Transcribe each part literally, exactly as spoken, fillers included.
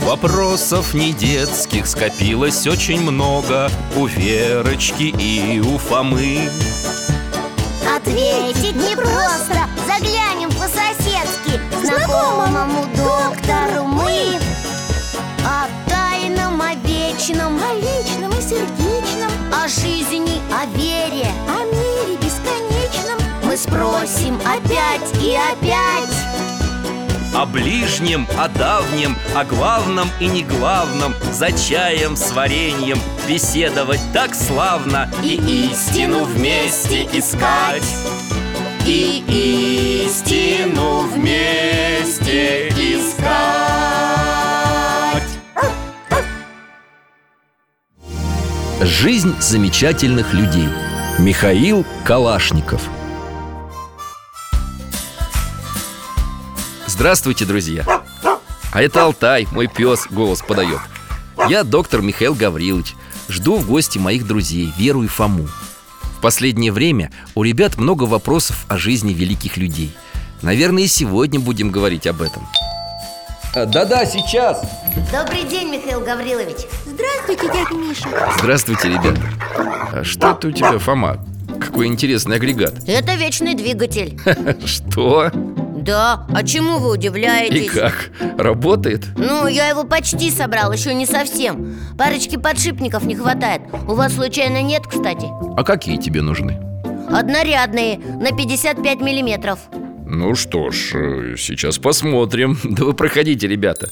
Вопросов не детских скопилось очень много у Верочки и у Фомы. Ответить непросто, заглянем по-соседски знакомому доктору мы. О тайном, о вечном, о личном и сердечном, о жизни, о вере, о мире бесконечном мы спросим опять и опять. О ближнем, о давнем, о главном и неглавном, за чаем с вареньем беседовать так славно. И истину вместе искать, и истину вместе искать. Жизнь замечательных людей. Михаил Калашников. Здравствуйте, друзья! А это Алтай, мой пес, голос подает. Я доктор Михаил Гаврилович. Жду в гости моих друзей Веру и Фому. В последнее время у ребят много вопросов о жизни великих людей. Наверное, и сегодня будем говорить об этом. Да-да, сейчас. Добрый день, Михаил Гаврилович. Здравствуйте, дядя Миша. Здравствуйте, ребята. А что это у тебя, Фома? Какой интересный агрегат. Это вечный двигатель. Что? Да, а чему вы удивляетесь? И как? Работает? Ну, я его почти собрал, еще не совсем. Парочки подшипников не хватает. У вас случайно нет, кстати? А какие тебе нужны? Однорядные, на пятьдесят пять миллиметров. Ну что ж, сейчас посмотрим. Да вы проходите, ребята.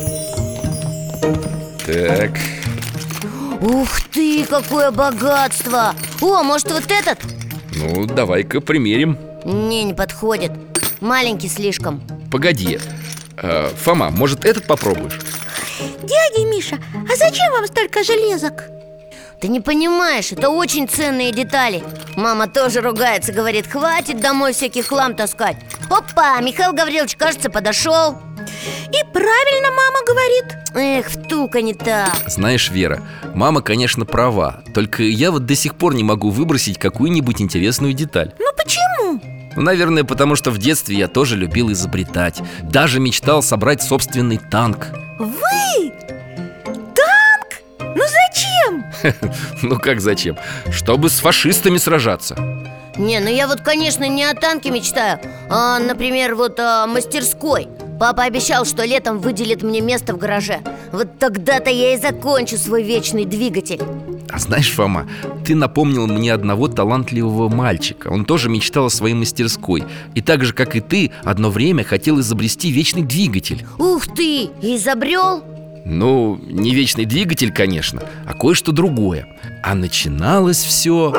Так. Ух ты, какое богатство! О, может, вот этот? Ну, давай-ка примерим. Не, не подходит. Маленький слишком. Погоди, а, Фома, может, этот попробуешь? Дядя Миша, а зачем вам столько железок? Ты не понимаешь, это очень ценные детали. Мама тоже ругается, говорит, хватит домой всякий хлам таскать. Опа, Михаил Гаврилович, кажется, подошел. И правильно мама говорит. Эх, втулка не та. Знаешь, Вера, мама, конечно, права. Только я вот до сих пор не могу выбросить какую-нибудь интересную деталь. Ну почему? Ну, наверное, потому что в детстве я тоже любил изобретать. Даже мечтал собрать собственный танк. Вы? Танк? Ну зачем? Ну как зачем? Чтобы с фашистами сражаться. Не, ну я вот, конечно, не о танке мечтаю, а, например, вот о мастерской. Папа обещал, что летом выделит мне место в гараже. Вот тогда-то я и закончу свой вечный двигатель. А знаешь, Фома, ты напомнил мне одного талантливого мальчика. Он тоже мечтал о своей мастерской. И так же, как и ты, одно время хотел изобрести вечный двигатель. Ух ты, изобрел? Ну, не вечный двигатель, конечно, а кое-что другое. А начиналось все...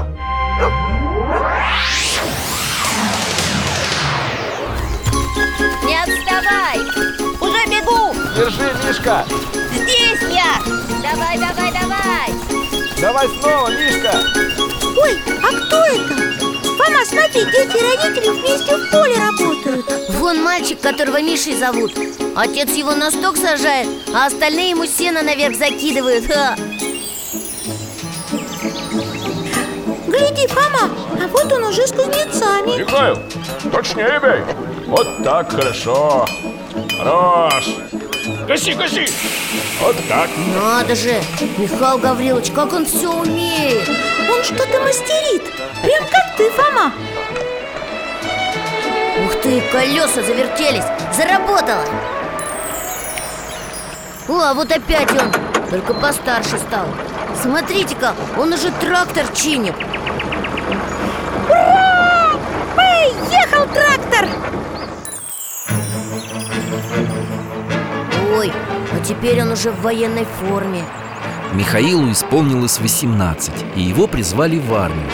Не отставай! Уже бегу! Держи, Мишка! Здесь я! Давай, давай, давай! Давай снова, Мишка! Ой, а кто это? Фома, смотри, дети и родители вместе в поле работают. Вон мальчик, которого Мишей зовут. Отец его на сток сажает, а остальные ему сено наверх закидывают. Ха. Гляди, Фома, а вот он уже с кузнецами. Михаил, точнее бей! Вот так хорошо! Хорош! Гаси, гаси! Вот так! Надо же! Михаил Гаврилович, как он все умеет! Он что-то мастерит, прям как ты, Фома. Ух ты, колеса завертелись! Заработало! О, а вот опять он, только постарше стал. Смотрите-ка, он уже трактор чинит. Ура! Поехал трактор! Ой, а теперь он уже в военной форме. Михаилу исполнилось восемнадцать, и его призвали в армию.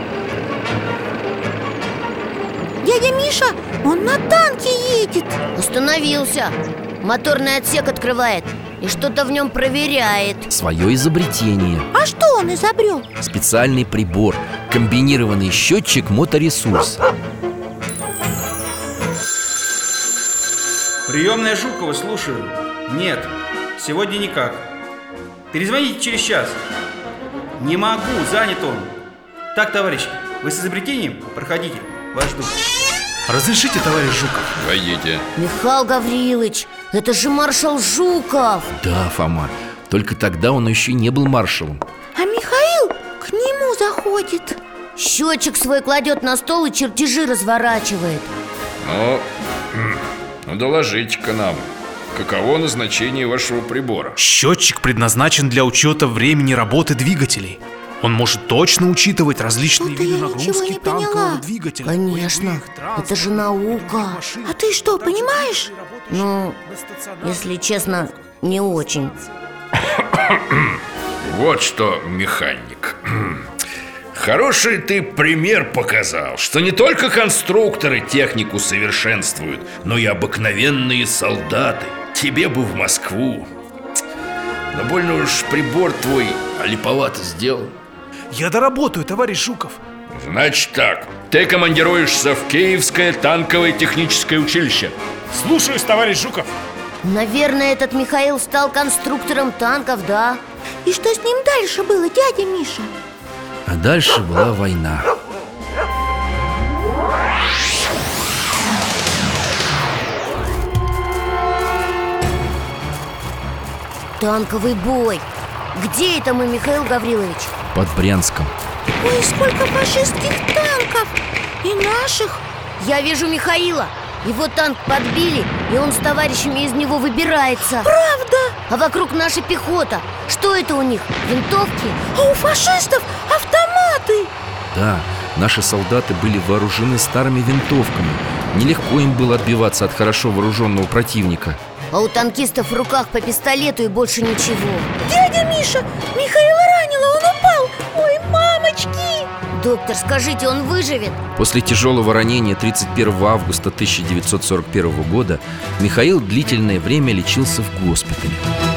Дядя Миша, он на танке едет. Остановился. Моторный отсек открывает и что-то в нем проверяет. Свое изобретение. А что он изобрел? Специальный прибор, комбинированный счетчик моторесурса. Приемная Жукова, слушаю. Нет, сегодня никак. Перезвоните через час. Не могу, занят он. Так, товарищ, вы с изобретением? Проходите, вас ждут. Разрешите, товарищ Жуков? Войдите. Михаил Гаврилович, это же маршал Жуков. Да, Фома, только тогда он еще не был маршалом. А Михаил к нему заходит. Счетчик свой кладет на стол и чертежи разворачивает. Ну, ну доложите-ка нам, каково назначение вашего прибора? Счетчик предназначен для учета времени работы двигателей. Он может точно учитывать различные Что-то виды я ничего нагрузки не поняла. танкового двигателя. Конечно, это же наука. А ты что, понимаешь? Ну, если честно, не очень. Вот что, механик. Хороший ты пример показал, что не только конструкторы технику совершенствуют, но и обыкновенные солдаты. Тебе бы в Москву. Но больно уж прибор твой липовато сделал. Я доработаю, товарищ Жуков. Значит так, ты командируешься в Киевское танковое техническое училище. Слушаюсь, товарищ Жуков. Наверное, этот Михаил стал конструктором танков, да? И что с ним дальше было, дядя Миша? А дальше была война. Танковый бой. Где это мы, Михаил Гаврилович? Под Брянском. Ой, сколько фашистских танков! И наших. Я вижу Михаила. Его танк подбили, и он с товарищами из него выбирается. Правда? А вокруг наша пехота. Что это у них? Винтовки? А у фашистов автоматы. Да, наши солдаты были вооружены старыми винтовками. Нелегко им было отбиваться от хорошо вооруженного противника. А у танкистов в руках по пистолету и больше ничего. Дядя Миша, Михаила ранило, он упал. Ой, мамочки! Доктор, скажите, он выживет? После тяжелого ранения тридцать первого августа тысяча девятьсот сорок первого года Михаил длительное время лечился в госпитале.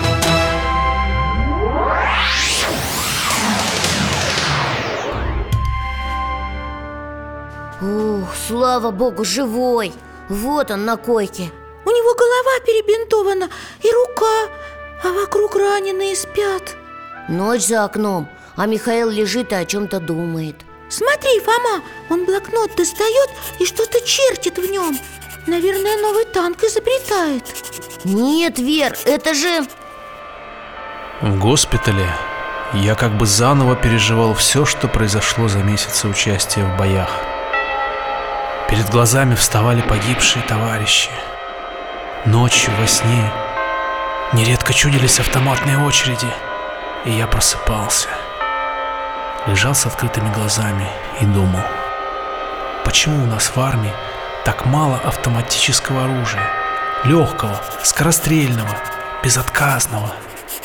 Ух, слава богу, живой. Вот он на койке. У него голова перебинтована и рука, а вокруг раненые спят. Ночь за окном, а Михаил лежит и о чем-то думает. Смотри, Фома, он блокнот достает и что-то чертит в нем. Наверное, новый танк изобретает. Нет, Вер, это же... В госпитале я как бы заново переживал все, что произошло за месяцы участия в боях. Перед глазами вставали погибшие товарищи. Ночью во сне нередко чудились автоматные очереди, и я просыпался. Лежал с открытыми глазами и думал, почему у нас в армии так мало автоматического оружия, легкого, скорострельного, безотказного.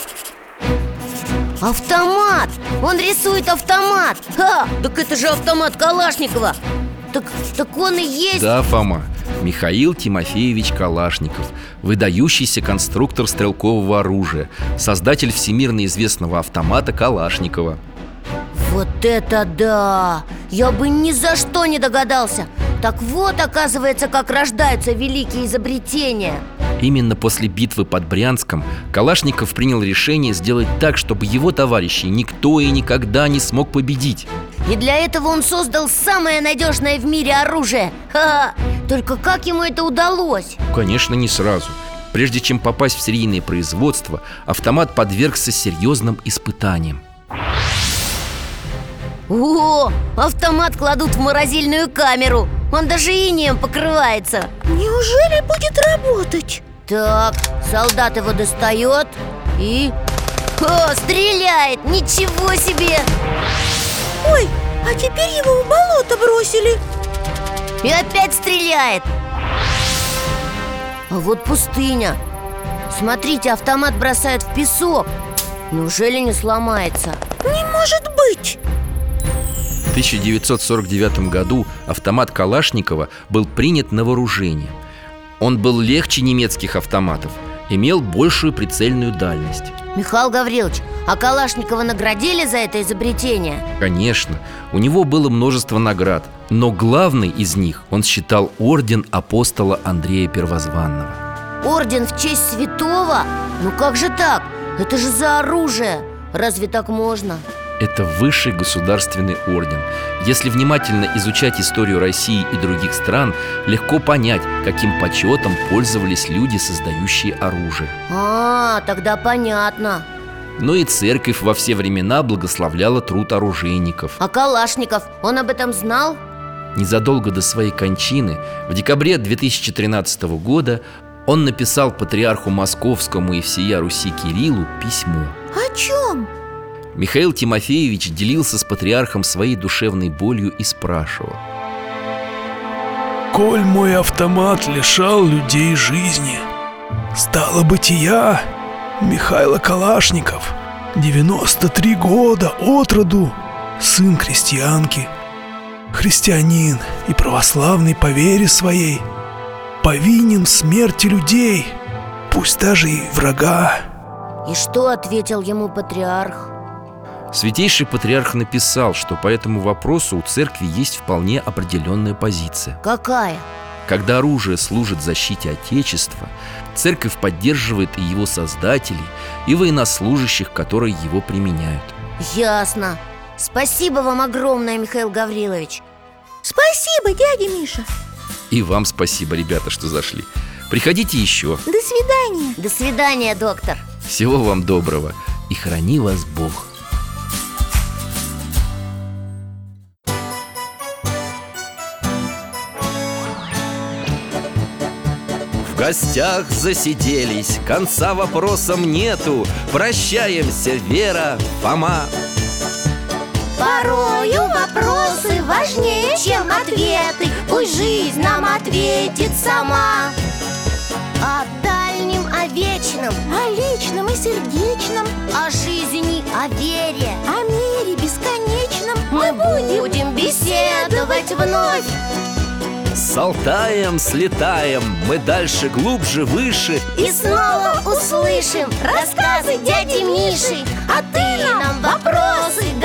Автомат! Он рисует автомат! Ха! Так это же автомат Калашникова! Так, так он и есть... Да, Фома, Михаил Тимофеевич Калашников, выдающийся конструктор стрелкового оружия, создатель всемирно известного автомата Калашникова. Вот это да! Я бы ни за что не догадался! Так вот, оказывается, как рождаются великие изобретения. Именно после битвы под Брянском Калашников принял решение сделать так, чтобы его товарищей никто и никогда не смог победить. И для этого он создал самое надежное в мире оружие. Ха-ха! Только как ему это удалось? Конечно, не сразу. Прежде чем попасть в серийное производство, автомат подвергся серьезным испытаниям. О, автомат кладут в морозильную камеру. Он даже инеем покрывается. Неужели будет работать? Так, солдат его достает и... О, стреляет! Ничего себе! Ой, а теперь его в болото бросили. И опять стреляет. А вот пустыня. Смотрите, автомат бросают в песок. Неужели не сломается? Не может быть! В тысяча девятьсот сорок девятом году автомат Калашникова был принят на вооружение. Он был легче немецких автоматов, имел большую прицельную дальность. Михаил Гаврилович, а Калашникова наградили за это изобретение? Конечно, у него было множество наград, но главной из них он считал орден апостола Андрея Первозванного. Орден в честь святого? Ну как же так? Это же за оружие. Разве так можно? Это высший государственный орден. Если внимательно изучать историю России и других стран, легко понять, каким почетом пользовались люди, создающие оружие. А, тогда понятно. Но и церковь во все времена благословляла труд оружейников. А Калашников, он об этом знал? Незадолго до своей кончины, в декабре две тысячи тринадцатого года, он написал патриарху Московскому и всея Руси Кириллу письмо. О чем? Михаил Тимофеевич делился с патриархом своей душевной болью и спрашивал: «Коль мой автомат лишал людей жизни, стало быть, и я, Михайло Калашников, девяносто три года от роду, сын крестьянки, христианин и православный по вере своей, повинен смерти людей, пусть даже и врага». И что ответил ему патриарх? Святейший патриарх написал, что по этому вопросу у церкви есть вполне определенная позиция. Какая? Когда оружие служит защите Отечества, церковь поддерживает и его создателей, и военнослужащих, которые его применяют. Ясно. Спасибо вам огромное, Михаил Гаврилович. Спасибо, дядя Миша. И вам спасибо, ребята, что зашли. Приходите еще. До свидания. До свидания, доктор. Всего вам доброго. И храни вас Бог. В гостях засиделись, конца вопросам нету. Прощаемся, Вера, Фома. Порою вопросы важнее, чем ответы. Пусть жизнь нам ответит сама. О дальнем, о вечном, О личном и сердечном, о жизни, о вере о мире бесконечном мы будем беседовать вновь. С Алтаем слетаем, мы дальше, глубже, выше. И снова услышим рассказы дяди Миши. А ты нам вопросы